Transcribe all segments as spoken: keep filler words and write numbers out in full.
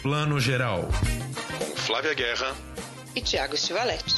Plano Geral, com Flávia Guerra e Thiago Stivaletti.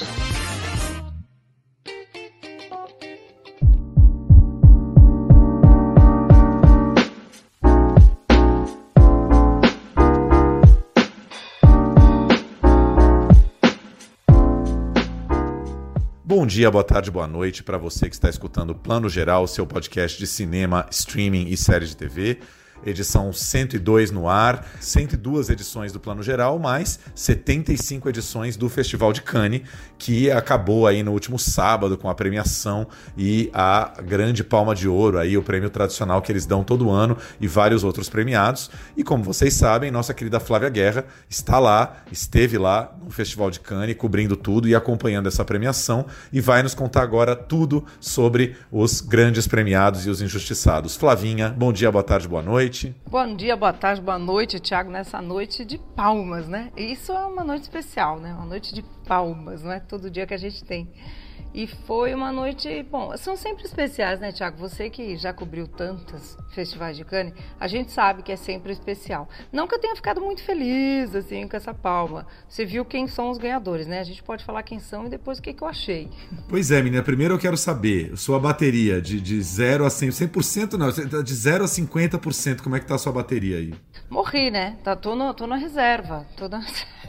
Bom dia, boa tarde, boa noite para você que está escutando o Plano Geral, seu podcast de cinema, streaming e séries de T V. Edição cento e dois no ar, cento e duas edições do Plano Geral, mais setenta e cinco edições do Festival de Cannes, que acabou aí no último sábado com a premiação e a grande Palma de Ouro, aí o prêmio tradicional que eles dão todo ano, e vários outros premiados. E como vocês sabem, nossa querida Flávia Guerra está lá, esteve lá no Festival de Cannes, cobrindo tudo e acompanhando essa premiação, e vai nos contar agora tudo sobre os grandes premiados e os injustiçados. Flavinha, bom dia, boa tarde, boa noite. Bom dia, boa tarde, boa noite, Thiago, nessa noite de palmas, né? Isso é uma noite especial, né? Uma noite de palmas, não é todo dia que a gente tem. E foi uma noite, bom, são sempre especiais, né, Thiago? Você que já cobriu tantos festivais de Cannes, a gente sabe que é sempre especial. Não que eu tenha ficado muito feliz, assim, com essa palma. Você viu quem são os ganhadores, né? A gente pode falar quem são e depois o que, que eu achei. Pois é, menina, primeiro eu quero saber, sua bateria de, de zero a cem, cem por cento não, de zero a cinquenta por cento, como é que tá a sua bateria aí? Morri, né? Tá, tô, no, tô na reserva, tô na...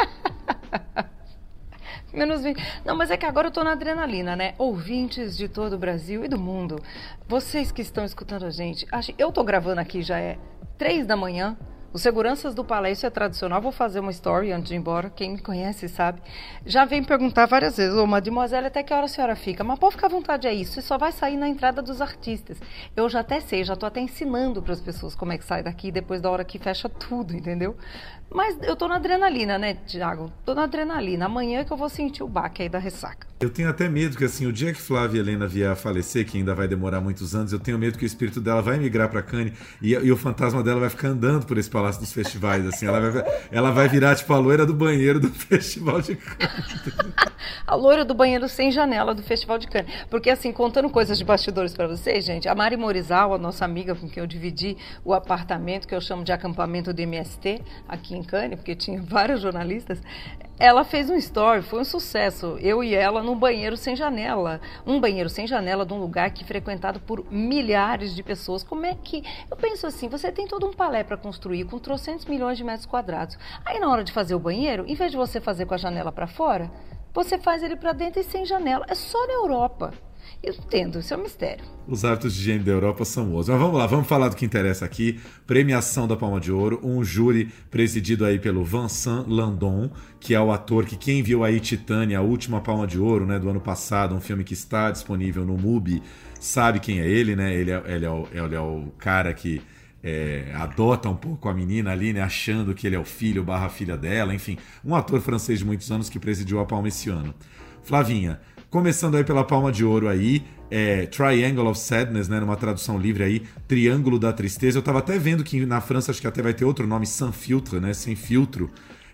Menos vinte. Não, mas é que agora eu tô na adrenalina, né? Ouvintes de todo o Brasil e do mundo, vocês que estão escutando a gente, eu tô gravando aqui, já é três da manhã, os seguranças do Palácio é tradicional, vou fazer uma story antes de ir embora, quem me conhece sabe, já vem perguntar várias vezes, ô mademoiselle, até que hora a senhora fica? Mas pode ficar à vontade, é isso, você só vai sair na entrada dos artistas. Eu já até sei, já tô até ensinando para as pessoas como é que sai daqui depois da hora que fecha tudo, entendeu? Mas eu tô na adrenalina, né, Thiago? Tô na adrenalina. Amanhã é que eu vou sentir o baque aí da ressaca. Eu tenho até medo que, assim, o dia que Flávia Helena vier a falecer, que ainda vai demorar muitos anos, eu tenho medo que o espírito dela vai migrar pra Cannes e, e o fantasma dela vai ficar andando por esse palácio dos festivais, assim. Ela vai, ela vai virar, tipo, a loira do banheiro do Festival de Cannes. A loira do banheiro sem janela do Festival de Cannes. Porque, assim, contando coisas de bastidores pra vocês, gente, a Mari Morizal, a nossa amiga com quem eu dividi o apartamento, que eu chamo de acampamento do M S T, aqui em Cannes, porque tinha vários jornalistas, ela fez um story, foi um sucesso, eu e ela num banheiro sem janela, um banheiro sem janela de um lugar que é frequentado por milhares de pessoas. Como é que, eu penso assim, você tem todo um palé para construir com trocentos milhões de metros quadrados, aí na hora de fazer o banheiro, em vez de você fazer com a janela para fora, você faz ele para dentro e sem janela, é só na Europa. Eu entendo, isso é um mistério. Os hábitos de higiene da Europa são outros. Mas vamos lá, vamos falar do que interessa aqui. Premiação da Palma de Ouro, um júri presidido aí pelo Vincent Landon, que é o ator que quem viu aí Titânia, a última Palma de Ouro, né, do ano passado, um filme que está disponível no Mubi, sabe quem é ele, né? Ele é, ele é, o, ele é o cara que é, adota um pouco a menina ali, né, achando que ele é o filho barra filha dela, enfim, um ator francês de muitos anos que presidiu a Palma esse ano. Flavinha, começando aí pela Palma de Ouro aí, é, Triangle of Sadness, né, numa tradução livre aí, Triângulo da Tristeza. Eu tava até vendo que na França acho que até vai ter outro nome, Sans Filtre, né, sem filtro.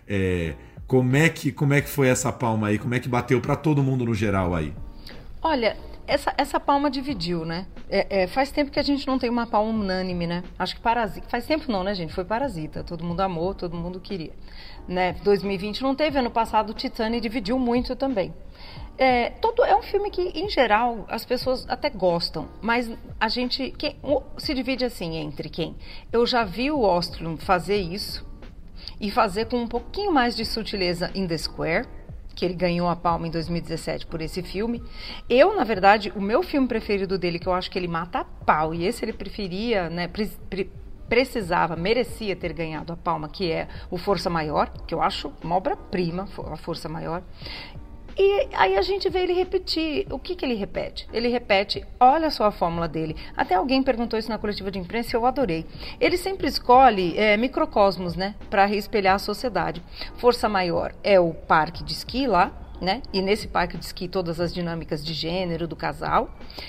É, como, é que, como é que foi essa palma aí? Como é que bateu pra todo mundo no geral aí? Olha, essa, essa palma dividiu, né? É, é, faz tempo que a gente não tem uma palma unânime, né? Acho que Parasita, faz tempo não, né, gente? Foi Parasita, todo mundo amou, todo mundo queria. Né? dois mil e vinte não teve, ano passado Titânia dividiu muito também. É, todo, é um filme que, em geral, as pessoas até gostam, mas a gente quem, se divide assim entre quem? Eu já vi o Ostrom fazer isso e fazer com um pouquinho mais de sutileza em The Square, que ele ganhou a Palma em dois mil e dezessete por esse filme. Eu, na verdade, o meu filme preferido dele, que eu acho que ele mata a pau, e esse ele preferia, né, pre, pre, precisava, merecia ter ganhado a Palma, que é o Força Maior, que eu acho uma obra-prima, a Força Maior. E aí a gente vê ele repetir. O que que ele repete? Ele repete, olha só a fórmula dele. Até alguém perguntou isso na coletiva de imprensa e eu adorei. Ele sempre escolhe é, microcosmos, né, para reespelhar a sociedade. Força Maior é o parque de esqui lá, né? E nesse parque de esqui todas as dinâmicas de gênero do casal.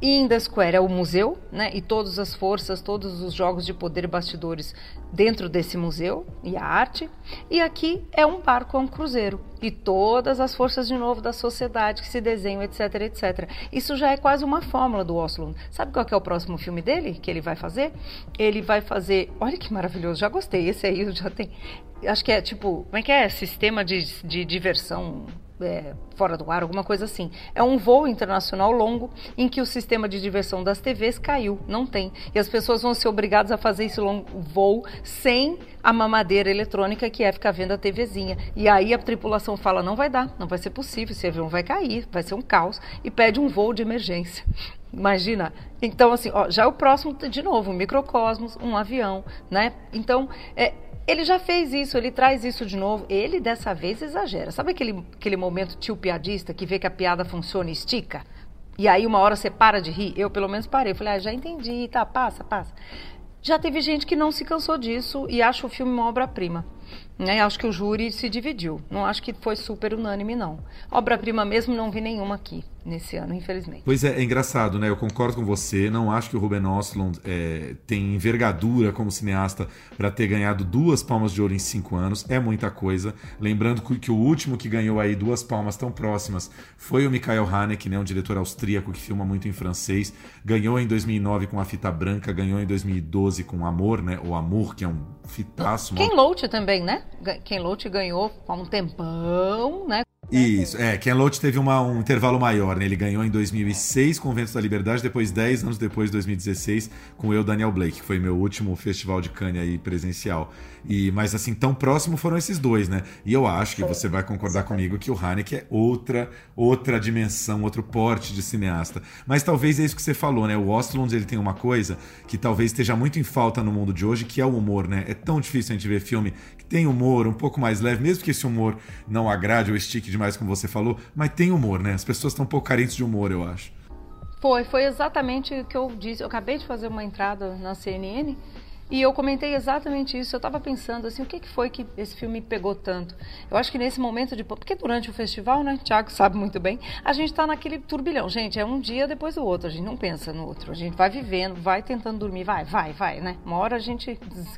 In the Square é o museu, né? E todas as forças, todos os jogos de poder e bastidores dentro desse museu e a arte. E aqui é um barco, é um cruzeiro. E todas as forças, de novo, da sociedade que se desenham, etc, etcétera. Isso já é quase uma fórmula do Oslund. Sabe qual que é o próximo filme dele, que ele vai fazer? Ele vai fazer... Olha que maravilhoso, já gostei. Esse aí já tem... Acho que é tipo... Como é que é? Sistema de, de diversão... É, fora do ar, alguma coisa assim. É um voo internacional longo em que o sistema de diversão das T Vs caiu, não tem. E as pessoas vão ser obrigadas a fazer esse longo voo sem a mamadeira eletrônica, que é ficar vendo a TVzinha. E aí a tripulação fala, não vai dar, não vai ser possível, esse avião vai cair, vai ser um caos, e pede um voo de emergência. Imagina. Então, assim, ó, já é o próximo, de novo, um microcosmos, um avião, né? Então, é... Ele já fez isso, ele traz isso de novo. Ele, dessa vez, exagera. Sabe aquele, aquele momento tio piadista que vê que a piada funciona e estica? E aí, uma hora você para de rir? Eu, pelo menos, parei. Falei, ah, já entendi, tá, passa, passa. Já teve gente que não se cansou disso e acha o filme uma obra-prima. Né? Acho que o júri se dividiu. Não acho que foi super unânime, não. Obra-prima mesmo, não vi nenhuma aqui nesse ano, infelizmente. Pois é, é engraçado, né? Eu concordo com você. Não acho que o Ruben Östlund é, tem envergadura como cineasta para ter ganhado duas palmas de ouro em cinco anos. É muita coisa. Lembrando que, que o último que ganhou aí duas palmas tão próximas foi o Michael Haneke, né? Um diretor austríaco que filma muito em francês. Ganhou em dois mil e nove com A Fita Branca, ganhou em dois mil e doze com Amor, né? O Amor, que é um fitaço. Ken Loach também, né? Ken Loach ganhou há um tempão, né? Isso, é, Ken Loach teve uma, um intervalo maior, né? Ele ganhou em dois mil e seis com o Vento da Liberdade, depois dez anos depois, dois mil e dezesseis, com Eu, Daniel Blake, que foi meu último festival de Cannes aí presencial. E, mas assim, tão próximo foram esses dois, né? E eu acho que você vai concordar comigo que o Haneke é outra, outra dimensão, outro porte de cineasta. Mas talvez é isso que você falou, né? O Östlund, ele tem uma coisa que talvez esteja muito em falta no mundo de hoje, que é o humor, né? É tão difícil a gente ver filme que tem humor um pouco mais leve, mesmo que esse humor não agrade ou estique demais, como você falou, mas tem humor, né? As pessoas estão um pouco carentes de humor, eu acho. Foi, foi exatamente o que eu disse. Eu acabei de fazer uma entrada na C N N e eu comentei exatamente isso. Eu estava pensando assim, o que, que foi que esse filme pegou tanto? Eu acho que nesse momento de... Porque durante o festival, né, Thiago sabe muito bem, a gente está naquele turbilhão. Gente, é um dia depois do outro, a gente não pensa no outro. A gente vai vivendo, vai tentando dormir, vai, vai, vai, né? Uma hora a gente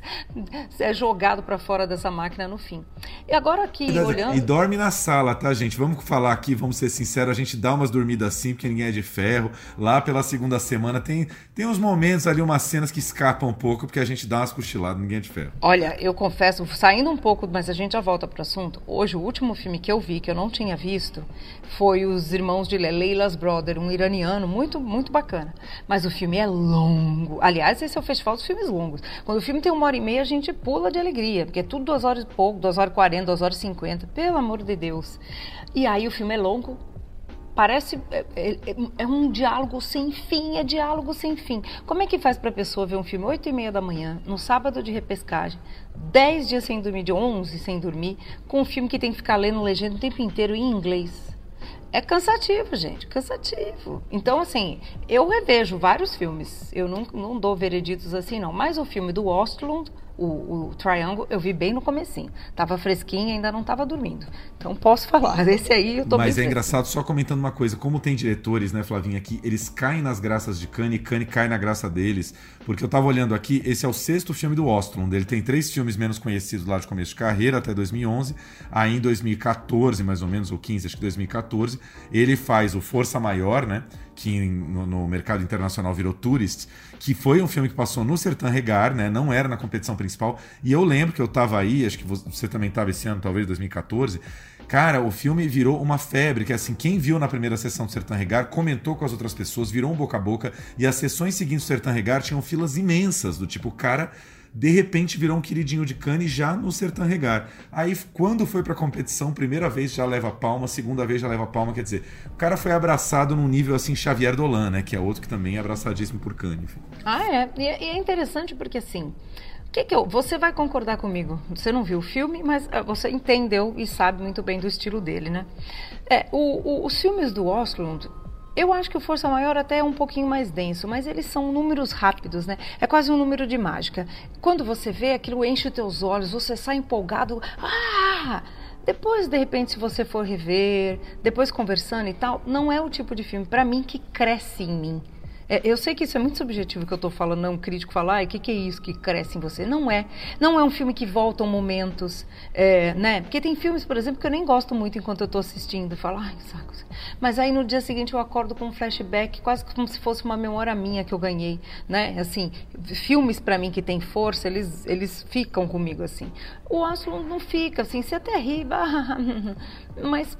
é jogado para fora dessa máquina no fim. E agora aqui, olhando... E dorme na sala, tá, gente? Vamos falar aqui, vamos ser sinceros, a gente dá umas dormidas assim, porque ninguém é de ferro. Lá pela segunda semana tem, tem uns momentos ali, umas cenas que escapam um pouco, porque a gente dá umas cochiladas, ninguém é de ferro. Olha, eu confesso, saindo um pouco, mas a gente já volta pro assunto. Hoje, o último filme que eu vi, que eu não tinha visto, foi Os Irmãos de Leila's Brother, um iraniano, muito, muito bacana. Mas o filme é longo. Aliás, esse é o festival dos filmes longos. Quando o filme tem uma hora e meia, a gente pula de alegria, porque é tudo duas horas e pouco, duas horas e quarenta, duas horas e cinquenta, pelo amor de Deus. E aí o filme é longo. Parece, é, é, é um diálogo sem fim, é diálogo sem fim. Como é que faz para a pessoa ver um filme oito e meia da manhã, no sábado de repescagem, dez dias sem dormir, de onze sem dormir, com um filme que tem que ficar lendo legenda o tempo inteiro em inglês? É cansativo, gente, cansativo. Então, assim, eu revejo vários filmes, eu não, não dou vereditos assim, não. Mas o filme do Östlund, o, o Triangle, eu vi bem no comecinho. Tava fresquinho e ainda não tava dormindo. Então, posso falar. Esse aí eu tô Mas bem é engraçado, só comentando uma coisa. Como tem diretores, né, Flavinha, que eles caem nas graças de Cannes e Cannes cai na graça deles. Porque eu tava olhando aqui, esse é o sexto filme do Östlund. Ele tem três filmes menos conhecidos lá de começo de carreira, até dois mil e onze. Aí em dois mil e quatorze, mais ou menos, ou quinze, acho que dois mil e quatorze, ele faz o Força Maior, né, que no, no mercado internacional virou Tourist, que foi um filme que passou no Sertã Regar, né, não era na competição principal, e eu lembro que eu tava aí, acho que você também tava esse ano, talvez dois mil e quatorze, cara, o filme virou uma febre, que assim, quem viu na primeira sessão do Sertã Regar comentou com as outras pessoas, virou um boca a boca, e as sessões seguintes do Sertã Regar tinham filas imensas, do tipo, o cara... de repente virou um queridinho de Cannes já no Sertã Regar. Aí quando foi pra competição, primeira vez já leva palma, segunda vez já leva palma, quer dizer, o cara foi abraçado num nível assim Xavier Dolan, né, que é outro que também é abraçadíssimo por Cannes. Enfim. Ah, é. E é interessante porque assim, que que eu, você vai concordar comigo, você não viu o filme, mas você entendeu e sabe muito bem do estilo dele, né? É, o, o, os filmes do Östlund, eu acho que o Força Maior até é um pouquinho mais denso, mas eles são números rápidos, né? É quase um número de mágica. Quando você vê, aquilo enche os teus olhos, você sai empolgado. Ah! Depois, de repente, se você for rever, depois conversando e tal, não é o tipo de filme, para mim, que cresce em mim. É, eu sei que isso é muito subjetivo que eu estou falando, não, um crítico falar, o que, que é isso que cresce em você? Não é. Não é um filme que voltam momentos, é, né? Porque tem filmes, por exemplo, que eu nem gosto muito enquanto eu estou assistindo, falo, ai, saco. Mas aí no dia seguinte eu acordo com um flashback, quase como se fosse uma memória minha que eu ganhei, né? Assim, filmes para mim que tem força, eles, eles ficam comigo, assim. O Oslo não fica, assim, você até ri, mas...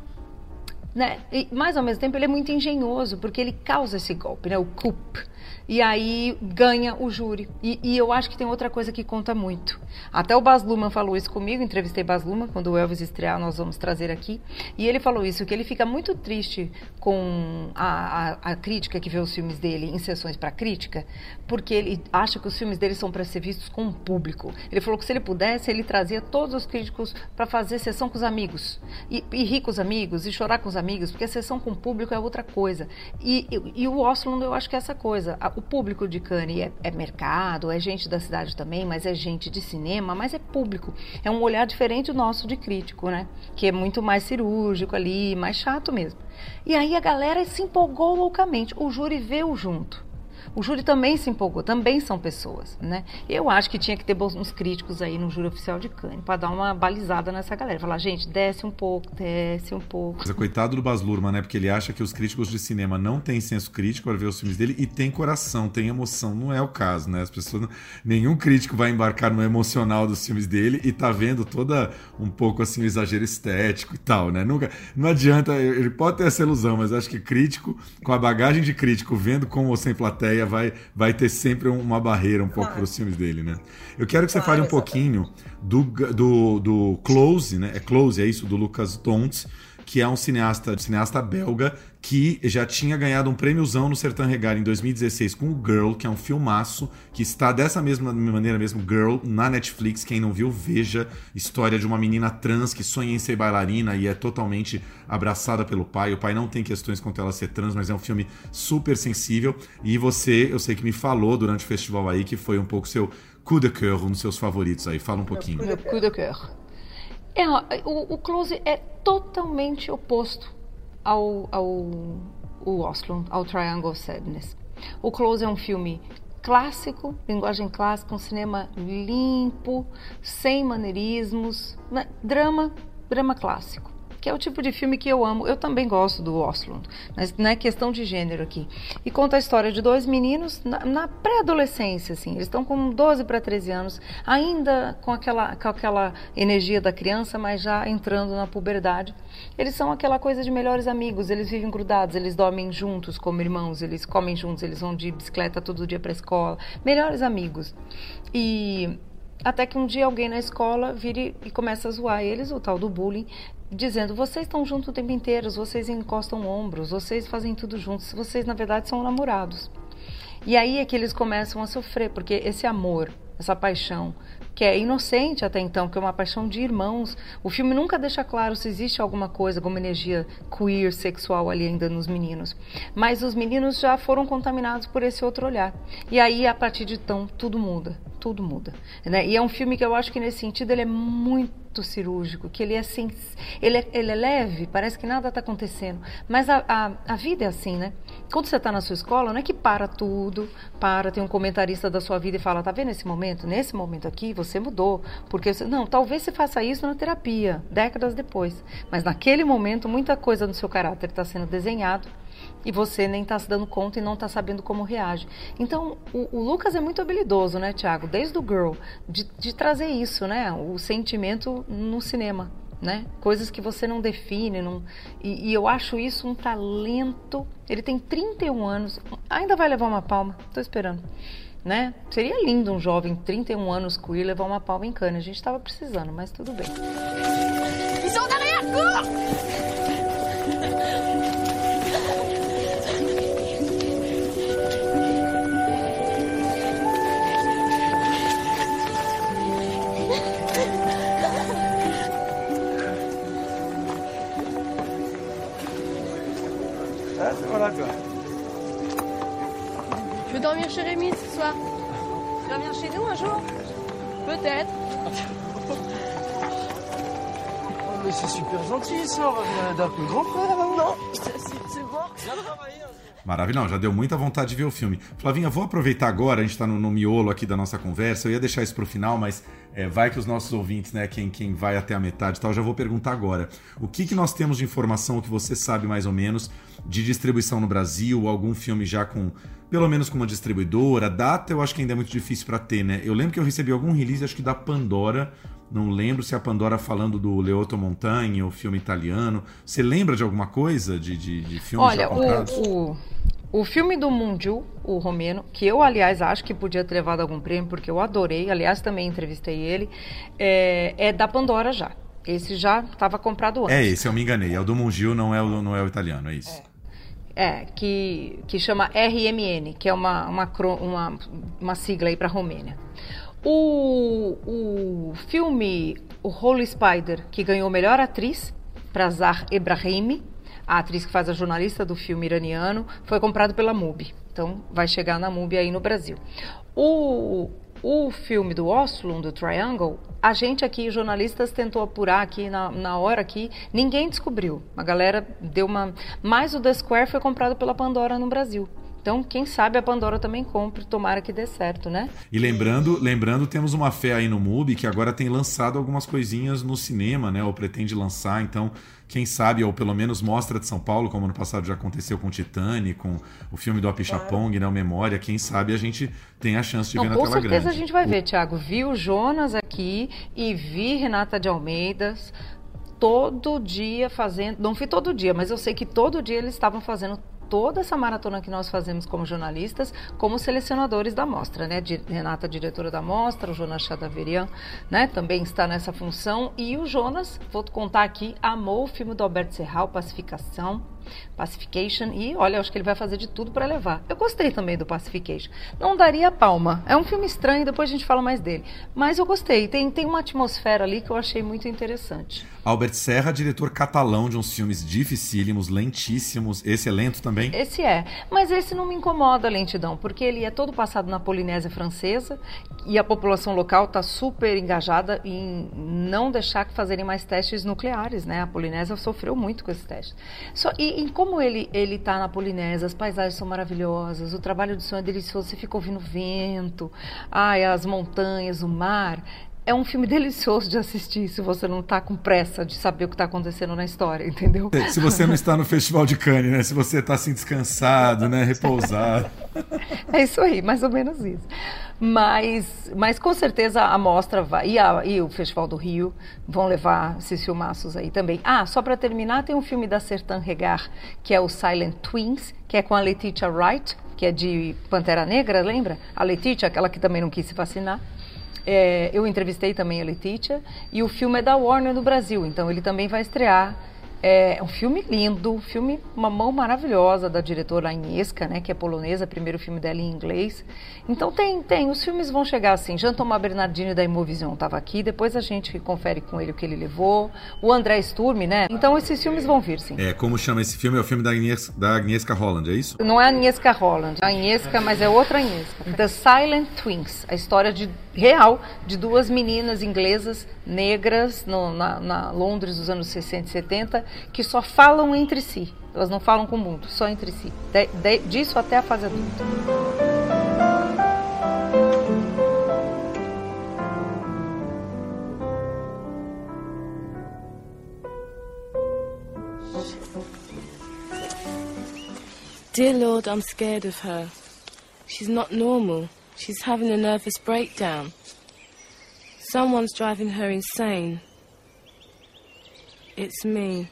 Né? E, mas ao mesmo tempo ele é muito engenhoso, porque ele causa esse golpe, né? O coup. E aí ganha o júri. E, e eu acho que tem outra coisa que conta muito. Até o Baz Luhrmann falou isso comigo, entrevistei Baz Luhrmann, quando o Elvis estrear nós vamos trazer aqui. E ele falou isso, que ele fica muito triste com a, a, a crítica que vê os filmes dele em sessões para crítica, porque ele acha que os filmes dele são para ser vistos com o público. Ele falou que se ele pudesse, ele trazia todos os críticos para fazer sessão com os amigos. E, e rir com os amigos, e chorar com os amigos, porque a sessão com o público é outra coisa. E, e, e o Oslo, eu acho que é essa coisa. O público de Cannes é, é mercado, é gente da cidade também, mas é gente de cinema, mas é público. É um olhar diferente do nosso de crítico, né? Que é muito mais cirúrgico ali, mais chato mesmo. E aí a galera se empolgou loucamente. O júri veio junto. O júri também se empolgou, também são pessoas, né? Eu acho que tinha que ter uns críticos aí no júri oficial de Cannes para dar uma balizada nessa galera. Falar, gente, desce um pouco, desce um pouco. Mas, coitado do Baz Luhrmann, né? Porque ele acha que os críticos de cinema não têm senso crítico para ver os filmes dele e tem coração, tem emoção. Não é o caso, né? As pessoas, não... nenhum crítico vai embarcar no emocional dos filmes dele e tá vendo toda um pouco assim o exagero estético e tal, né? Nunca, não adianta, ele pode ter essa ilusão, mas acho que crítico, com a bagagem de crítico, vendo com ou sem plateia, Vai, vai ter sempre uma barreira um pouco claro. Para os filmes dele, né? Eu quero que você claro, fale um pouquinho do, do, do Close, né? É Close, é isso, do Lucas Dont, que é um cineasta, cineasta belga que já tinha ganhado um prêmiozão no Sertan Regar em dois mil e dezesseis com o Girl, que é um filmaço, que está dessa mesma maneira mesmo, Girl, na Netflix. Quem não viu, veja. História de uma menina trans que sonha em ser bailarina e é totalmente abraçada pelo pai. O pai não tem questões quanto ela ser trans, mas é um filme super sensível. E você, eu sei que me falou durante o festival aí que foi um pouco seu coup de cœur, um dos seus favoritos aí. Fala um pouquinho. Meu coup de cœur. É, o, o Close é totalmente oposto ao, ao o Oslo, ao Triangle Sadness. O Close é um filme clássico, linguagem clássica, um cinema limpo, sem maneirismos, né? drama, drama clássico, que é o tipo de filme que eu amo. Eu também gosto do Oslo, mas não é questão de gênero aqui. E conta a história de dois meninos na, na pré-adolescência, assim. Eles estão com doze para treze anos, ainda com aquela, com aquela energia da criança, mas já entrando na puberdade. Eles são aquela coisa de melhores amigos, eles vivem grudados, eles dormem juntos como irmãos, eles comem juntos, eles vão de bicicleta todo dia para a escola. Melhores amigos. E... até que um dia alguém na escola vira e começa a zoar eles, o tal do bullying, dizendo, vocês estão juntos o tempo inteiro, vocês encostam ombros, vocês fazem tudo juntos, vocês na verdade são namorados. E aí é que eles começam a sofrer, porque esse amor, essa paixão, que é inocente até então, que é uma paixão de irmãos, o filme nunca deixa claro se existe alguma coisa, alguma energia queer, sexual ali ainda nos meninos. Mas os meninos já foram contaminados por esse outro olhar. E aí, a partir de então, tudo muda, tudo muda. Né? E é um filme que eu acho que nesse sentido ele é muito cirúrgico, que ele é, sens... ele é, ele é leve, parece que nada está acontecendo. Mas a, a, a vida é assim, né? Quando você está na sua escola, não é que para tudo, para, tem um comentarista da sua vida e fala, tá vendo esse momento? Nesse momento aqui, você mudou. Porque você... Não, talvez você faça isso na terapia, décadas depois. Mas naquele momento, muita coisa no seu caráter está sendo desenhado e você nem está se dando conta e não está sabendo como reage. Então, o, o Lucas é muito habilidoso, né, Thiago? Desde o Girl, de, de trazer isso, né? O sentimento no cinema, né? Coisas que você não define. Não... E, e eu acho isso um talento. Ele tem trinta e um anos, ainda vai levar uma palma, estou esperando. Né? Seria lindo um jovem, trinta e um anos, queer, levar uma palma em Cannes. A gente estava precisando, mas tudo bem. Ils sont derrière, cours! Ah, c'est voilà toi. Je veux dormir chez Rémi ce soir. Tu vas venir chez nous un jour? Peut-être. Oh, mais c'est super gentil ça, on va d'un peu grand frère. Non, c'est mort. Viens travailler. Maravilha, não, já deu muita vontade de ver o filme. Flavinha, vou aproveitar agora, a gente tá no, no miolo aqui da nossa conversa, eu ia deixar isso pro final, mas é, vai que os nossos ouvintes, né, quem, quem vai até a metade e tal, já vou perguntar agora. O que, que nós temos de informação, o que você sabe mais ou menos, de distribuição no Brasil, algum filme já com, pelo menos com uma distribuidora? Data eu acho que ainda é muito difícil pra ter, né? Eu lembro que eu recebi algum release, acho que da Pandora. Não lembro se a Pandora falando do Leotto Montagne, o filme italiano. Você lembra de alguma coisa de, de, de filmes Olha, já comprados? O, o, o filme do Mungiu, o romeno, que eu, aliás, acho que podia ter levado algum prêmio, porque eu adorei, aliás, também entrevistei ele, é, é da Pandora já. Esse já estava comprado antes. É esse, eu me enganei. É o do Mungiu, não é o, não é o italiano, é isso. É, é que, que chama R M N, que é uma, uma, uma, uma sigla aí para Romênia. O, o filme O Holy Spider, que ganhou melhor atriz, para Zahra Ebrahimi, a atriz que faz a jornalista do filme iraniano, foi comprado pela MUBI. Então, vai chegar na MUBI aí no Brasil. O, o filme do Oslo, do Triangle, a gente aqui, jornalistas, tentou apurar aqui na, na hora aqui, ninguém descobriu. A galera deu uma... Mas o The Square foi comprado pela Pandora no Brasil. Então, quem sabe a Pandora também compre, tomara que dê certo, né? E lembrando, lembrando, temos uma fé aí no MUBI que agora tem lançado algumas coisinhas no cinema, né? Ou pretende lançar, então, quem sabe, ou pelo menos mostra de São Paulo, como ano passado já aconteceu com o Titanic, com o filme do Apichatpong, né? O Memória, quem sabe a gente tem a chance de Não, ver na com tela grande. certeza a gente vai ver, Thiago. Vi o Jonas aqui e vi Renata de Almeida todo dia fazendo, não fui todo dia, mas eu sei que todo dia eles estavam fazendo toda essa maratona que nós fazemos como jornalistas, como selecionadores da mostra, né? Renata, diretora da mostra, o Jonas Chadaverian, né? Também está nessa função. E o Jonas, vou contar aqui, amou o filme do Alberto Serral, Pacificação, Pacification, e olha, eu acho que ele vai fazer de tudo para levar. Eu gostei também do Pacification. Não daria palma. É um filme estranho, depois a gente fala mais dele. Mas eu gostei. Tem, tem uma atmosfera ali que eu achei muito interessante. Albert Serra, diretor catalão de uns filmes dificílimos, lentíssimos. Esse é lento também? Esse é. Mas esse não me incomoda a lentidão, porque ele é todo passado na Polinésia Francesa e a população local está super engajada em não deixar que fazerem mais testes nucleares, né? A Polinésia sofreu muito com esses testes. Só, e, e como ele ele está na Polinésia, as paisagens são maravilhosas, o trabalho de som é delicioso, você fica ouvindo o vento, ai, as montanhas, o mar. É um filme delicioso de assistir se você não está com pressa de saber o que está acontecendo na história, entendeu? Se você não está no Festival de Cannes, né? Se você está assim descansado, né? Repousado. É isso aí, mais ou menos isso. Mas, mas com certeza a mostra vai, e, a, e o Festival do Rio vão levar esses filmaços aí também. Ah, só para terminar, tem um filme da Sertan Regar, que é o Silent Twins, que é com a Letitia Wright, que é de Pantera Negra, lembra? A Letitia, aquela que também não quis se vacinar. É, eu entrevistei também a Letitia, e o filme é da Warner no Brasil, então ele também vai estrear. É um filme lindo, filme, uma mão maravilhosa da diretora Agnieszka, né, que é polonesa, primeiro filme dela em inglês. Então tem, tem, os filmes vão chegar assim. Jean Thomas Bernardini da Imovision estava aqui, depois a gente confere com ele o que ele levou. O André Sturm, né? Então esses filmes vão vir, sim. É, como chama esse filme? É o filme da Agnieszka, da Agnieszka Holland, é isso? Não é a Agnieszka Holland, é a Agnieszka, mas é outra Agnieszka. The Silent Twins, a história de, real de duas meninas inglesas, negras, no, na, na Londres dos anos sessenta e setenta, que só falam entre si. Elas não falam com o mundo, só entre si. De, de, disso até a fase adulta. Dear Lord, I'm scared of her. She's not normal. She's having a nervous breakdown. Someone's driving her insane. It's me.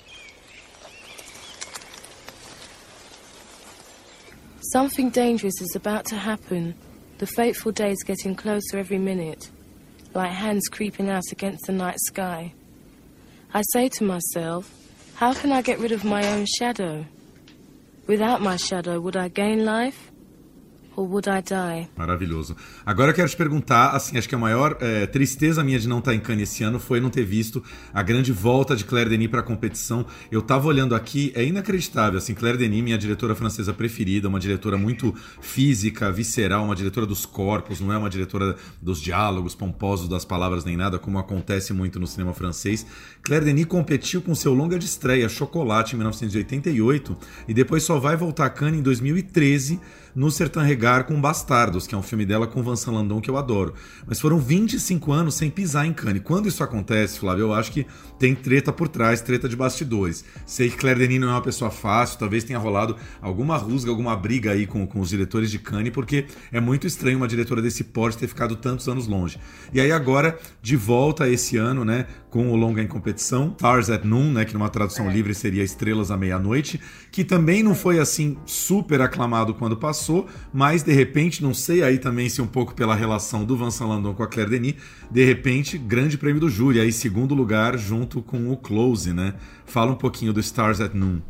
Something dangerous is about to happen. The fateful day is getting closer every minute, like hands creeping out against the night sky. I say to myself, how can I get rid of my own shadow? Without my shadow, would I gain life or would I die? Maravilhoso. Agora eu quero te perguntar, assim, acho que a maior é, tristeza minha de não estar em Cannes esse ano foi não ter visto a grande volta de Claire Denis para a competição. Eu tava olhando aqui, é inacreditável, assim, Claire Denis, minha diretora francesa preferida, uma diretora muito física, visceral, uma diretora dos corpos, não é uma diretora dos diálogos pomposos, das palavras nem nada, como acontece muito no cinema francês. Claire Denis competiu com seu longa de estreia, Chocolate, em mil novecentos e oitenta e oito, e depois só vai voltar a Cannes em dois mil e treze, no Certain Regard com Bastardos, que é um filme dela com Vincent Landon que eu adoro. Mas foram vinte e cinco anos sem pisar em Cannes. Quando isso acontece, Flávio, eu acho que tem treta por trás, treta de bastidores. Sei que Claire Denis não é uma pessoa fácil, talvez tenha rolado alguma rusga, alguma briga aí com, com os diretores de Cannes, porque é muito estranho uma diretora desse porte ter ficado tantos anos longe. E aí agora, de volta esse ano, né, com o longa em competição, Stars at Noon, né, que numa tradução é. livre seria Estrelas à Meia-Noite, que também não foi assim super aclamado quando passou, mas de repente, não sei aí também se um pouco pela relação do Vincent Landon com a Claire Denis, de repente, grande prêmio do júri, aí segundo lugar junto com o Close, né? Fala um pouquinho do Stars at Noon.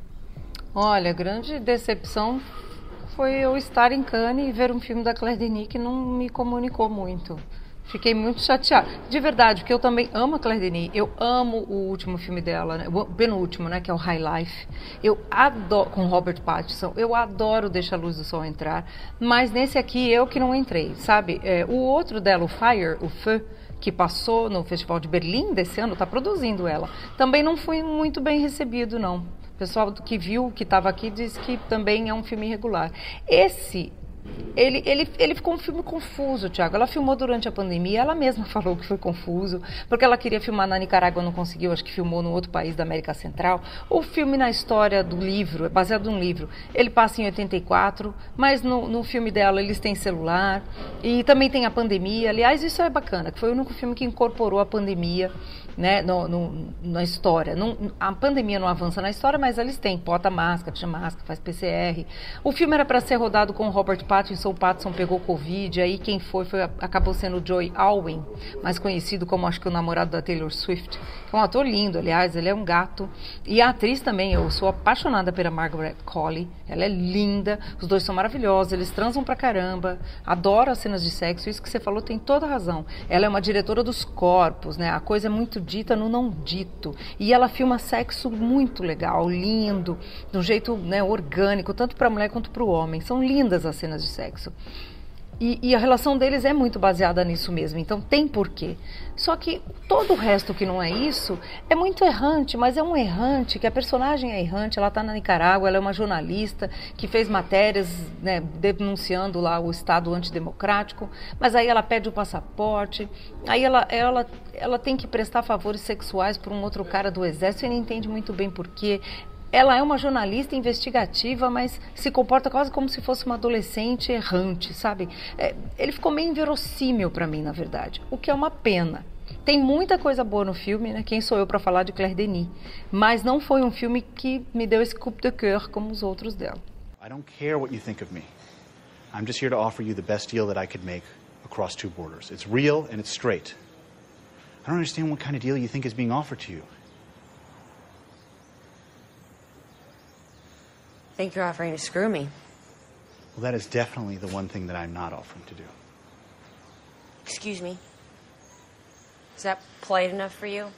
Olha, grande decepção foi eu estar em Cannes e ver um filme da Claire Denis que não me comunicou muito. Fiquei muito chateada. De verdade, porque eu também amo a Claire Denis. Eu amo o último filme dela, né? O penúltimo, né? Que é o High Life. Eu adoro, com Robert Pattinson. Eu adoro Deixa a Luz do Sol Entrar. Mas nesse aqui, eu que não entrei, sabe? É, o outro dela, o Fire, o Feu, que passou no Festival de Berlim desse ano, tá produzindo ela. Também não foi muito bem recebido, não. O pessoal que viu, que estava aqui, disse que também é um filme irregular. Esse... Ele, ele, ele ficou um filme confuso, Thiago. Ela filmou durante a pandemia, ela mesma falou que foi confuso, porque ela queria filmar na Nicarágua, não conseguiu, acho que filmou no outro país da América Central. O filme na história do livro, é baseado num livro, ele passa em oitenta e quatro, mas no, no filme dela eles têm celular, e também tem a pandemia. Aliás, isso é bacana, que foi o único filme que incorporou a pandemia, né, no, no, na história. Não, a pandemia não avança na história, mas eles têm, bota máscara, tira máscara, faz P C R. O filme era para ser rodado com o Robert Pattinson, o Pattinson pegou Covid, aí quem foi, foi acabou sendo o Joey Alwyn, mais conhecido como, acho que o namorado da Taylor Swift, que é um ator lindo, aliás, ele é um gato. E a atriz também, eu sou apaixonada pela Margaret Qualley, ela é linda, os dois são maravilhosos, eles transam pra caramba, adoro as cenas de sexo, isso que você falou tem toda a razão. Ela é uma diretora dos corpos, né, a coisa é muito dita no não dito, e ela filma sexo muito legal, lindo, de um jeito, né, orgânico, tanto para a mulher quanto para o homem. São lindas as cenas de sexo. E, e a relação deles é muito baseada nisso mesmo, então tem porquê. Só que todo o resto que não é isso é muito errante, mas é um errante, que a personagem é errante, ela está na Nicarágua, ela é uma jornalista que fez matérias, né, denunciando lá o Estado antidemocrático, mas aí ela pede o passaporte, aí ela, ela, ela tem que prestar favores sexuais para um outro cara do exército, e não entende muito bem porquê. Ela é uma jornalista investigativa, mas se comporta quase como se fosse uma adolescente errante, sabe? É, ele ficou meio inverossímil para mim, na verdade, o que é uma pena. Tem muita coisa boa no filme, né? Quem sou eu para falar de Claire Denis? Mas não foi um filme que me deu esse coup de cœur como os outros dela. I don't care what you think of me. I'm just here to offer you the best deal that I could make across two borders. It's real and it's straight. I don't understand what kind of deal you think is being offered to you. I think you're offering to screw me. Well, that is definitely the one thing that I'm not offering to do. Excuse me. Is that polite enough for you?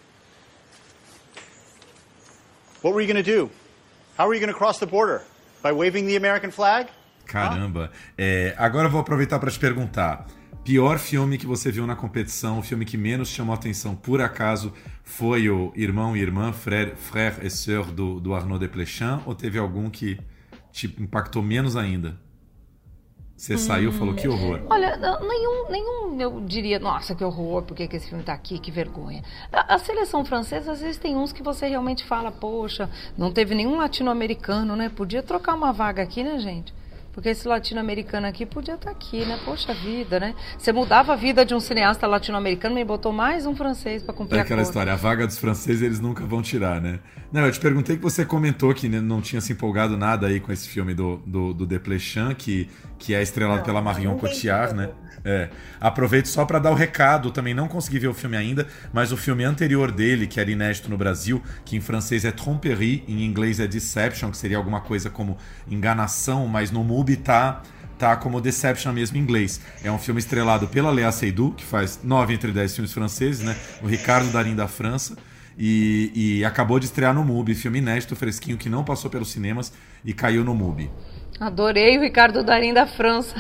What were you going to do? How were you going to cross the border? By waving the American flag? Caramba. É, agora eu vou aproveitar para te perguntar. Pior filme que você viu na competição, o filme que menos chamou a atenção, por acaso, foi o Irmão e Irmã, Frère, Frère et Sœur, do, do Arnaud Desplechin, ou teve algum que te impactou menos ainda? Você hum, saiu e falou, que horror. Olha, nenhum, nenhum eu diria, nossa, que horror, por que que esse filme tá aqui, que vergonha. A, a seleção francesa, às vezes tem uns que você realmente fala, poxa, não teve nenhum latino-americano, né? Podia trocar uma vaga aqui, né, gente? Porque esse latino-americano aqui podia estar aqui, né? Poxa vida, né? Você mudava a vida de um cineasta latino-americano e botou mais um francês para cumprir é a aquela cota. História, a vaga dos franceses eles nunca vão tirar, né? Não, eu te perguntei que você comentou que não tinha se empolgado nada aí com esse filme do, do, do Desplechin, que, que é estrelado não, pela Marion Cotillard, né? É. Aproveito só para dar o recado, também não consegui ver o filme ainda, mas o filme anterior dele, que era inédito no Brasil, que em francês é Tromperie, em inglês é Deception, que seria alguma coisa como enganação, mas no MUBI tá tá como Deception mesmo em inglês. É um filme estrelado pela Léa Seydoux, que faz nove entre dez filmes franceses, né? O Ricardo Darín da França. E, e acabou de estrear no MUBI, filme inédito, fresquinho, que não passou pelos cinemas e caiu no MUBI. Adorei o Ricardo Darín da França.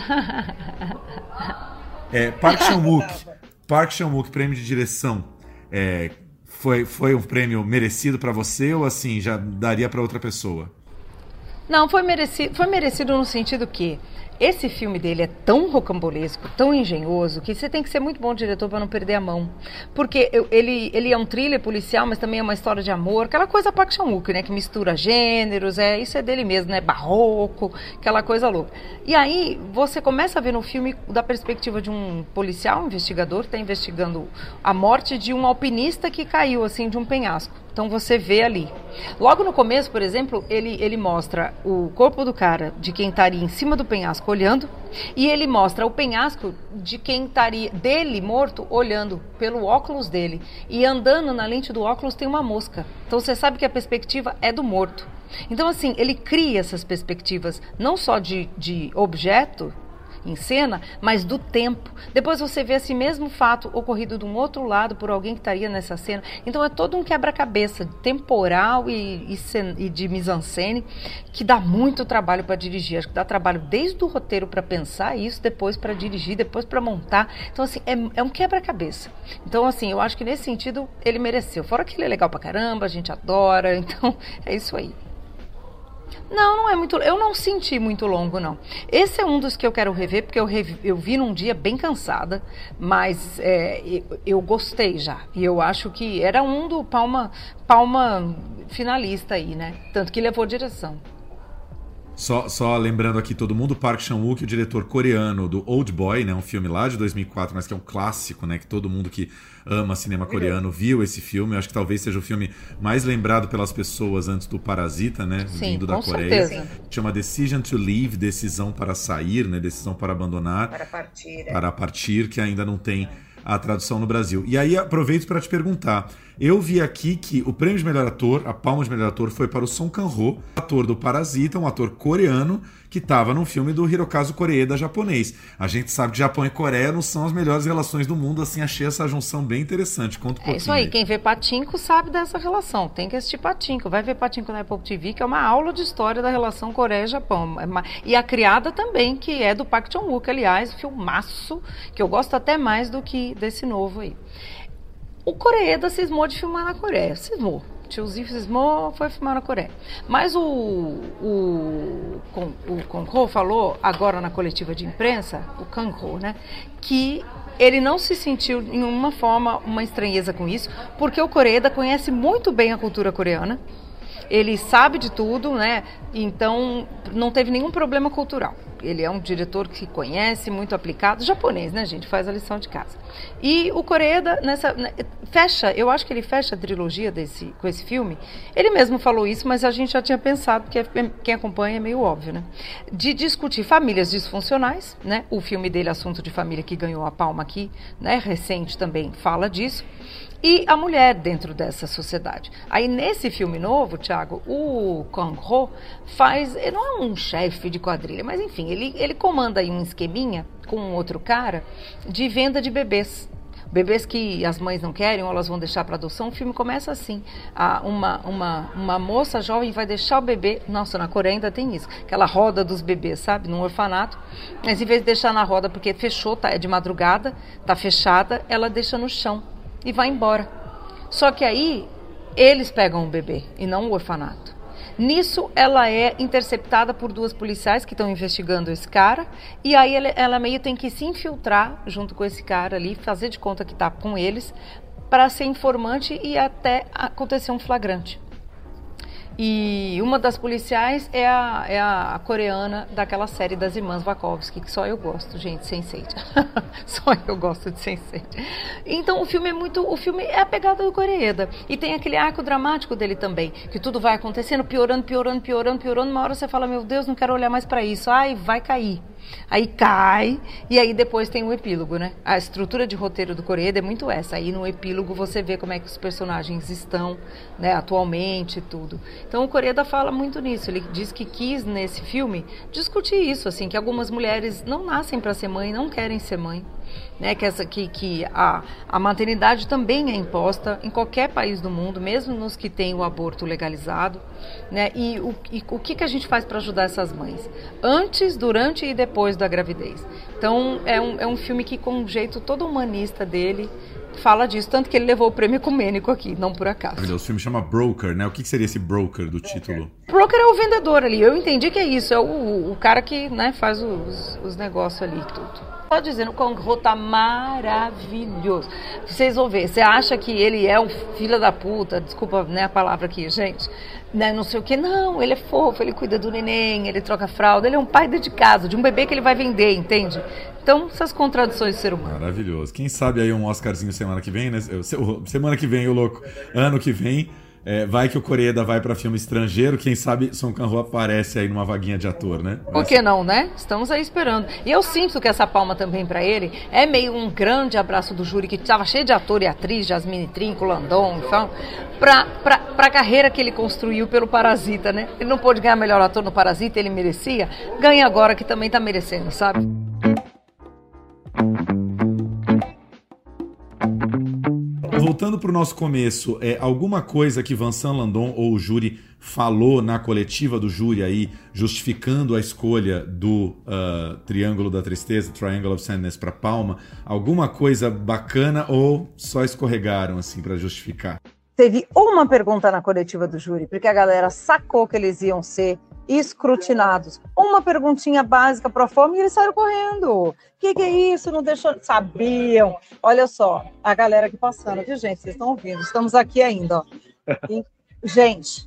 é, Park Chan-wook, Park Chan-wook, prêmio de direção, é, foi, foi um prêmio merecido para você ou assim, já daria para outra pessoa? Não, foi merecido, foi merecido no sentido que esse filme dele é tão rocambolesco, tão engenhoso, que você tem que ser muito bom diretor para não perder a mão. Porque eu, ele, ele é um thriller policial, mas também é uma história de amor, aquela coisa Park Chan-wook, né, que mistura gêneros, é, isso é dele mesmo, né, barroco, aquela coisa louca. E aí você começa a ver no filme da perspectiva de um policial, um investigador, que está investigando a morte de um alpinista que caiu, assim, de um penhasco. Então você vê ali. Logo no começo, por exemplo, ele, ele mostra o corpo do cara, de quem estaria em cima do penhasco olhando, e ele mostra o penhasco de quem estaria, dele morto, olhando pelo óculos dele. E andando na lente do óculos tem uma mosca. Então você sabe que a perspectiva é do morto. Então assim, ele cria essas perspectivas, não só de, de objeto em cena, mas do tempo. Depois você vê esse mesmo fato ocorrido de um outro lado por alguém que estaria nessa cena. Então é todo um quebra-cabeça temporal e, e, e de mise-en-scène que dá muito trabalho para dirigir. Acho que dá trabalho desde o roteiro para pensar isso, depois para dirigir, depois para montar. Então assim, é, é um quebra-cabeça. Então assim, eu acho que nesse sentido ele mereceu. Fora que ele é legal pra caramba, a gente adora, então é isso aí. Não, não é muito. Eu não senti muito longo, não. Esse é um dos que eu quero rever, porque eu, revi, eu vi num dia bem cansada, mas é, eu, eu gostei já. E eu acho que era um do Palma, Palma finalista aí, né? Tanto que levou direção. Só, só lembrando aqui todo mundo, Park Chan-wook, o diretor coreano do Old Boy, né, um filme lá de dois mil e quatro, mas que é um clássico, né, que todo mundo que ama cinema coreano viu esse filme. Eu acho que talvez seja o filme mais lembrado pelas pessoas antes do Parasita, né, Sim, vindo da com Coreia. certeza. Chama Decision to Leave, decisão para sair, né, decisão para abandonar, Para partir. É. para partir, que ainda não tem a tradução no Brasil. E aí aproveito para te perguntar, eu vi aqui que o prêmio de melhor ator, a palma de melhor ator, foi para o Song Kang-ho, ator do Parasita, um ator coreano que estava num filme do Hirokazu Koreeda japonês. A gente sabe que Japão e Coreia não são as melhores relações do mundo, assim, achei essa junção bem interessante. Conta um pouquinho. É isso aí, quem vê Pachinko sabe dessa relação, tem que assistir Pachinko, vai ver Pachinko na Apple T V, que é uma aula de história da relação Coreia e Japão. E A Criada também, que é do Park Chan-wook, aliás, filmaço, que eu gosto até mais do que desse novo aí. O Koreeda cismou de filmar na Coreia, cismou. Tiozinho cismou, foi filmar na Coreia. Mas o, o, o Kang-ho falou, agora na coletiva de imprensa, o Kang-ho, né, que ele não se sentiu em nenhuma forma uma estranheza com isso, porque o Koreeda conhece muito bem a cultura coreana, ele sabe de tudo, né? Então não teve nenhum problema cultural. Ele é um diretor que conhece, muito aplicado, japonês, né, gente? Faz a lição de casa. E o Koreeda, nessa, fecha, eu acho que ele fecha a trilogia desse, com esse filme. Ele mesmo falou isso, mas a gente já tinha pensado, porque quem acompanha é meio óbvio, né? De discutir famílias disfuncionais, né? O filme dele, Assunto de Família, que ganhou a palma aqui, né? Recente também fala disso. E a mulher dentro dessa sociedade. Aí nesse filme novo, Thiago, o Kang-ho faz, ele não é um chefe de quadrilha, mas enfim, ele, ele comanda aí um esqueminha com um outro cara de venda de bebês. Bebês que as mães não querem ou elas vão deixar para adoção. O filme começa assim, a, uma, uma, uma moça jovem vai deixar o bebê, nossa, na Coreia ainda tem isso, aquela roda dos bebês, sabe, num orfanato, mas em vez de deixar na roda porque fechou, tá, é de madrugada, tá fechada, ela deixa no chão e vai embora. Só que aí eles pegam o bebê e não o orfanato. Nisso ela é interceptada por duas policiais que estão investigando esse cara, e aí ela, ela meio tem que se infiltrar junto com esse cara ali, fazer de conta que está com eles, para ser informante e até acontecer um flagrante. E uma das policiais é a, é a coreana daquela série das irmãs Wachowski, que só eu gosto, gente, sense eight. Só eu gosto de sense eight. Então o filme é muito, o filme é a pegada do Koreeda. E tem aquele arco dramático dele também, que tudo vai acontecendo, piorando, piorando, piorando, piorando. Uma hora você fala, meu Deus, não quero olhar mais para isso. Ai, vai cair. Aí cai, e aí depois tem o epílogo, né? A estrutura de roteiro do Koreeda é muito essa. Aí no epílogo você vê como é que os personagens estão, né, atualmente e tudo. Então o Koreeda fala muito nisso. Ele diz que quis, nesse filme, discutir isso, assim, que algumas mulheres não nascem para ser mãe, não querem ser mãe. Né, que essa, que, que a, a maternidade também é imposta em qualquer país do mundo, mesmo nos que têm o aborto legalizado, né, e, o, e o que, que a gente faz para ajudar essas mães? Antes, durante e depois da gravidez. Então, é um, é um filme que, com um jeito todo humanista dele, fala disso, tanto que ele levou o prêmio ecumênico aqui, não por acaso. O filme chama Broker, né? O que seria esse broker do título? Broker é o vendedor ali, eu entendi que é isso, é o, o cara que, né, faz os, os negócios ali e tudo. Tá dizendo que o Kang-ho tá maravilhoso. Vocês vão ver, você acha que ele é um filho da puta, desculpa, né, a palavra aqui, gente, né, não sei o que, não, ele é fofo, ele cuida do neném, ele troca fralda, ele é um pai dedicado, de um bebê que ele vai vender, entende? Então, essas contradições do ser humano. Maravilhoso. Quem sabe aí um Oscarzinho semana que vem, né? Semana que vem, o louco, ano que vem. É, vai que o Koreeda vai pra filme estrangeiro, quem sabe Song Kang-ho aparece aí numa vaguinha de ator, né? Por que não, né? estamos aí esperando. E eu sinto que essa palma também pra ele é meio um grande abraço do júri, que estava cheio de ator e atriz, Jasmine Trinco, Landon, então, pra, pra, pra carreira que ele construiu pelo Parasita, né? Ele não pôde ganhar melhor ator no Parasita, ele merecia, ganha agora que também tá merecendo, sabe? Voltando para o nosso começo, é, alguma coisa que Vincent Landon ou o júri falou na coletiva do júri aí, justificando a escolha do uh, Triângulo da Tristeza, Triangle of Sadness, para Palma, alguma coisa bacana ou só escorregaram assim para justificar? Teve uma pergunta na coletiva do júri, porque a galera sacou que eles iam ser escrutinados. Uma perguntinha básica pro forma e eles saíram correndo. O que, que é isso? Não deixou... Sabiam. Olha só, a galera aqui passando, viu, gente? Vocês estão ouvindo? Estamos aqui ainda, ó. E, gente,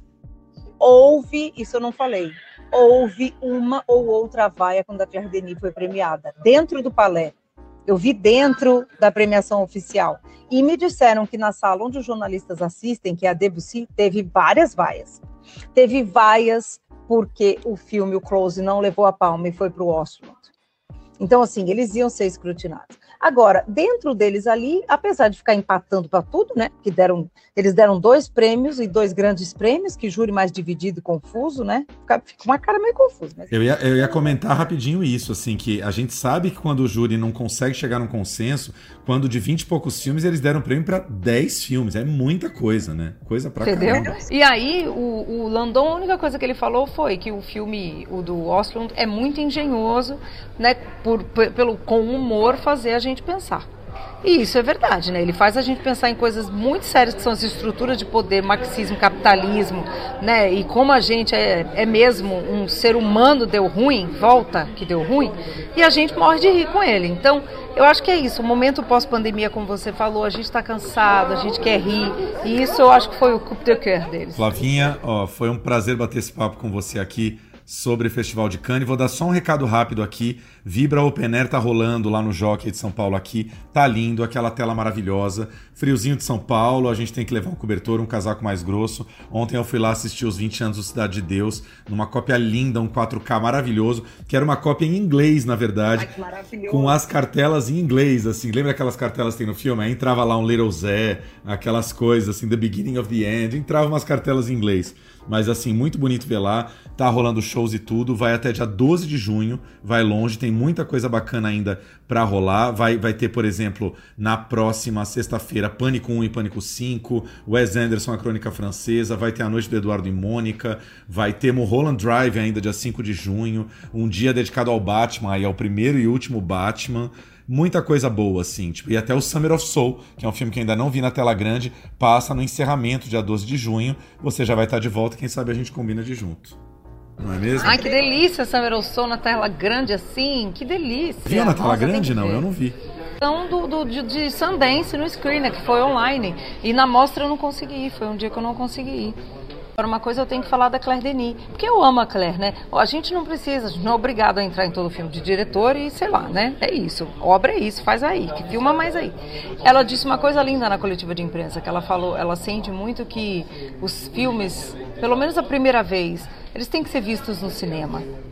houve, isso eu não falei, houve uma ou outra vaia quando a Claire Denis foi premiada. Dentro do Palais. Eu vi dentro da premiação oficial. E me disseram que na sala onde os jornalistas assistem, que é a Debussy, teve várias vaias. Teve vaias porque o filme, o Close, não levou a palma e foi para o Oscar. Então, assim, eles iam ser escrutinados. Agora, dentro deles ali, apesar de ficar empatando para tudo, né, que deram, eles deram dois prêmios e dois grandes prêmios, que júri mais dividido e confuso, né, fica, fica uma cara meio confusa. Mas... Eu ia, eu ia comentar rapidinho isso, assim, que a gente sabe que quando o júri não consegue chegar num consenso, quando de vinte e poucos filmes eles deram prêmio para dez filmes, é muita coisa, né, coisa pra Entendeu? caramba. E aí, o, o Landon, a única coisa que ele falou foi que o filme, o do Oslo, é muito engenhoso, né, por, por, pelo, com humor fazer a gente pensar. E isso é verdade, né? Ele faz a gente pensar em coisas muito sérias, que são as estruturas de poder, marxismo, capitalismo, né? E como a gente é, é mesmo um ser humano deu ruim, volta que deu ruim, e a gente morre de rir com ele. Então, eu acho que é isso. O momento pós-pandemia, como você falou, a gente está cansado, a gente quer rir, e isso eu acho que foi o coup de cœur deles. Flavinha, ó, foi um prazer bater esse papo com você aqui sobre o Festival de Cannes. Vou dar só um recado rápido aqui. Vibra Open Air tá rolando lá no Jockey de São Paulo aqui. Tá lindo, aquela tela maravilhosa. Friozinho de São Paulo, a gente tem que levar um cobertor, um casaco mais grosso. Ontem eu fui lá assistir os vinte anos do Cidade de Deus, numa cópia linda, um quatro K maravilhoso, que era uma cópia em inglês, na verdade. Ai, com as cartelas em inglês, assim. Lembra aquelas cartelas que tem no filme? Aí entrava lá um Little Zé, aquelas coisas assim, The Beginning of the End. Entrava umas cartelas em inglês. Mas assim, muito bonito ver lá, tá rolando shows e tudo, vai até dia doze de junho, vai longe, tem muita coisa bacana ainda pra rolar, vai, vai ter, por exemplo, na próxima sexta-feira, Pânico um e Pânico cinco, Wes Anderson, A Crônica Francesa, vai ter A Noite do Eduardo e Mônica, vai ter Mulholland Drive ainda dia cinco de junho, um dia dedicado ao Batman, aí é o primeiro e último Batman. Muita coisa boa, assim, tipo, e até o Summer of Soul, que é um filme que eu ainda não vi na tela grande, passa no encerramento, dia doze de junho, você já vai estar de volta, quem sabe a gente combina de junto. Não é mesmo? Ai, que delícia, Summer of Soul na tela grande assim, que delícia. Viu na tela Nossa, grande? Não, eu não vi. Então, do, do, de, de Sundance no Screener, que foi online, e na mostra eu não consegui ir, foi um dia que eu não consegui ir. Agora, uma coisa eu tenho que falar da Claire Denis, porque eu amo a Claire, né? A gente não precisa, a gente não é obrigado a entrar em todo filme de diretor e sei lá, né? É isso, obra é isso, faz aí, que filma mais aí. Ela disse uma coisa linda na coletiva de imprensa, que ela falou, ela sente muito que os filmes, pelo menos a primeira vez, eles têm que ser vistos no cinema.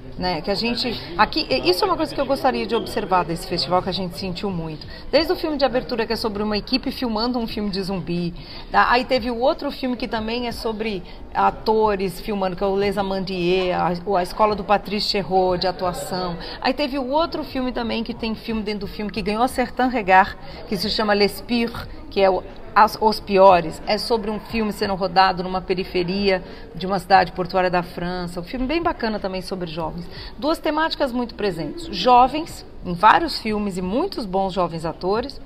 Né, que a gente aqui, isso é uma coisa que eu gostaria de observar desse festival, que a gente sentiu muito, desde o filme de abertura, que é sobre uma equipe filmando um filme de zumbi, tá? Aí teve o outro filme que também é sobre atores filmando, que é o Les Amandiers, a, a escola do Patrice Cherreau de atuação. Aí teve o outro filme também, que tem filme dentro do filme, que ganhou a Certain Regard, que se chama Les Pires, que é o As, Os Piores, é sobre um filme sendo rodado numa periferia de uma cidade portuária da França, um filme bem bacana também sobre jovens. Duas temáticas muito presentes, jovens, em vários filmes e muitos bons jovens atores,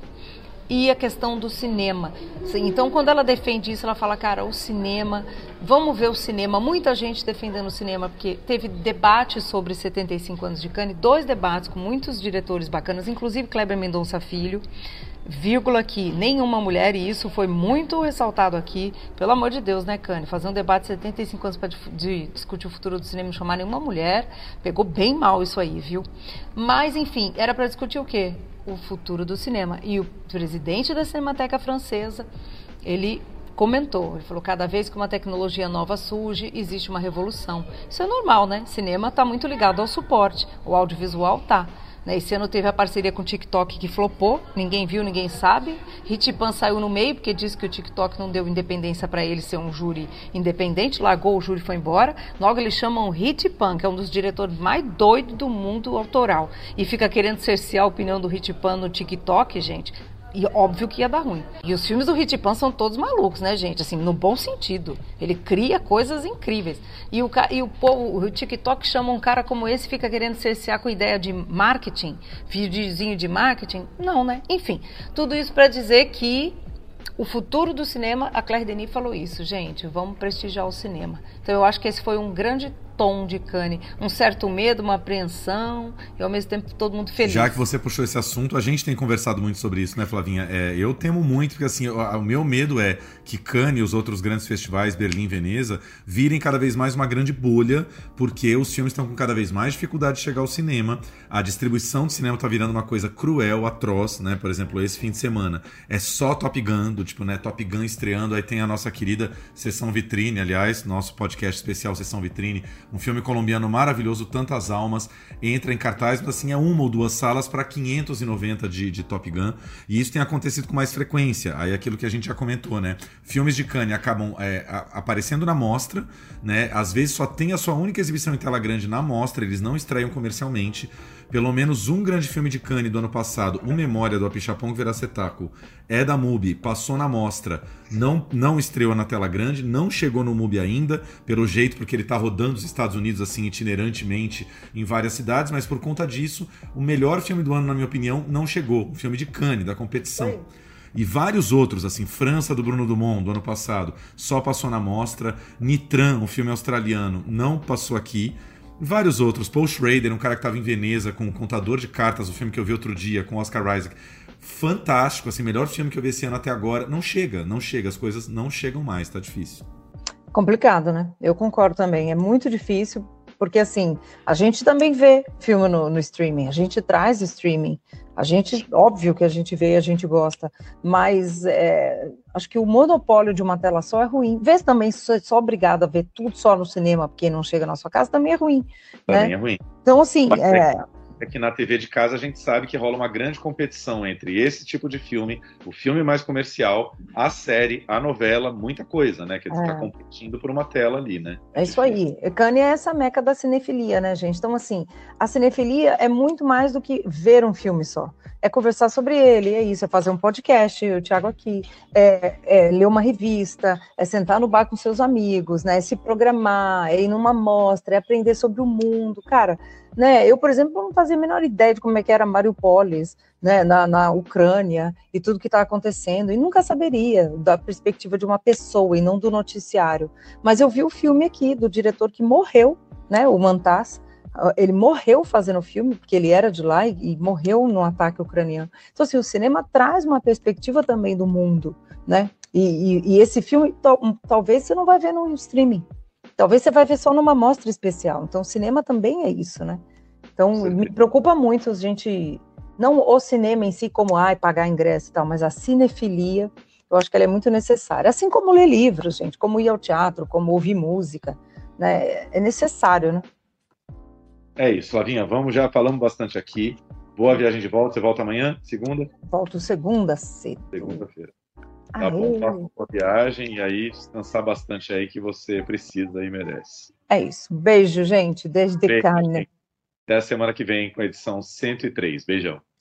e a questão do cinema. Então, quando ela defende isso, ela fala, cara, o cinema, vamos ver o cinema, muita gente defendendo o cinema, porque teve debate sobre setenta e cinco anos de Cannes, dois debates com muitos diretores bacanas, inclusive Kleber Mendonça Filho, vírgula que nenhuma mulher, e isso foi muito ressaltado aqui, pelo amor de Deus, né, Cannes, fazer um debate de setenta e cinco anos para de discutir o futuro do cinema e não chamar nenhuma mulher, pegou bem mal isso aí, viu? Mas, enfim, era para discutir o quê? O futuro do cinema. E o presidente da Cinemateca Francesa, ele comentou, ele falou, cada vez que uma tecnologia nova surge, existe uma revolução. Isso é normal, né? Cinema está muito ligado ao suporte, o audiovisual tá. Esse ano teve a parceria com o TikTok, que flopou, ninguém viu, ninguém sabe. Hitipan saiu no meio porque disse que o TikTok não deu independência para ele ser um júri independente, largou o júri e foi embora. Logo eles chamam o Hitipan, que é um dos diretores mais doidos do mundo autoral, e fica querendo cercear a opinião do Hitipan no TikTok, gente. E óbvio que ia dar ruim. E os filmes do Hitipan são todos malucos, né, gente? Assim, no bom sentido. Ele cria coisas incríveis. E o, e o povo, o TikTok chama um cara como esse, fica querendo cercear com ideia de marketing, videozinho de marketing. Não, né? Enfim, tudo isso para dizer que o futuro do cinema, a Claire Denis falou isso, gente, vamos prestigiar o cinema. Então eu acho que esse foi um grande tom de Cannes, um certo medo, uma apreensão, e ao mesmo tempo todo mundo feliz. Já que você puxou esse assunto, a gente tem conversado muito sobre isso, né, Flavinha? É, eu temo muito, porque assim, o, o meu medo é que Cannes e os outros grandes festivais, Berlim, Veneza, virem cada vez mais uma grande bolha, porque os filmes estão com cada vez mais dificuldade de chegar ao cinema, a distribuição de cinema está virando uma coisa cruel, atroz, né? Por exemplo, esse fim de semana é só Top Gun, do tipo, né, Top Gun estreando, aí tem a nossa querida Sessão Vitrine, aliás, nosso podcast especial Sessão Vitrine, um filme colombiano maravilhoso, Tantas Almas, entra em cartaz, mas assim, é uma ou duas salas para quinhentos e noventa de, de Top Gun, e isso tem acontecido com mais frequência. Aí aquilo que a gente já comentou, né? Filmes de Cannes acabam é, a, aparecendo na mostra, né? Às vezes só tem a sua única exibição em tela grande na mostra, eles não estreiam comercialmente. Pelo menos um grande filme de Cannes do ano passado, O Memória, do Apichatpong Weerasethakul, é da MUBI, passou na mostra, não, não estreou na tela grande, não chegou no MUBI ainda, pelo jeito, porque ele está rodando os Estados Unidos assim itinerantemente em várias cidades, mas por conta disso, o melhor filme do ano, na minha opinião, não chegou, o filme de Cannes, da competição. Oi. E vários outros, assim, França, do Bruno Dumont, do ano passado, só passou na mostra, Nitran, um filme australiano, não passou aqui. Vários outros, Paul Schrader, um cara que estava em Veneza com o Contador de Cartas, o filme que eu vi outro dia com Oscar Isaac, fantástico, assim, melhor filme que eu vi esse ano até agora. Não chega, não chega, as coisas não chegam mais, tá difícil. Complicado, né? Eu concordo também, é muito difícil, porque assim, a gente também vê filme no, no streaming, a gente traz streaming, a gente, óbvio que a gente vê e a gente gosta, mas é, acho que o monopólio de uma tela só é ruim. Ver também só, só obrigado a ver tudo só no cinema, porque não chega na sua casa, também é ruim. Também né? é ruim. Então, assim... É... É que na T V de casa a gente sabe que rola uma grande competição entre esse tipo de filme, o filme mais comercial, a série, a novela, muita coisa, né? Que ele está é. competindo por uma tela ali, né? É, é isso aí. Cannes é essa meca da cinefilia, né, gente? Então, assim, a cinefilia é muito mais do que ver um filme só. É conversar sobre ele, é isso, é fazer um podcast, o Thiago aqui, é, é ler uma revista, é sentar no bar com seus amigos, né? É se programar, é ir numa mostra, é aprender sobre o mundo, cara... Né? Eu, por exemplo, não fazia a menor ideia de como é que era Mariupólis, né, na, na Ucrânia, e tudo que está acontecendo, e nunca saberia da perspectiva de uma pessoa e não do noticiário. Mas eu vi o filme aqui do diretor que morreu, né, o Mantas, ele morreu fazendo o filme, porque ele era de lá e, e morreu no ataque ucraniano. Então, assim, o cinema traz uma perspectiva também do mundo, né? E, e, e esse filme, to, talvez você não vai ver no streaming. Talvez você vai ver só numa mostra especial. Então, o cinema também é isso, né? Então, me preocupa muito a gente... Não o cinema em si, como ai, pagar ingresso e tal, mas a cinefilia, eu acho que ela é muito necessária. Assim como ler livros, gente, como ir ao teatro, como ouvir música, né? É necessário, né? É isso, Flavinha, vamos, já falamos bastante aqui. Boa viagem de volta. Você volta amanhã, segunda? Volto segunda cedo. Segunda-feira. Aê. Tá bom, faça uma boa viagem e aí descansar bastante aí que você precisa e merece. É isso. Beijo, gente. Desde Beijo, carne. gente. Até a semana que vem com a edição cento e três. Beijão.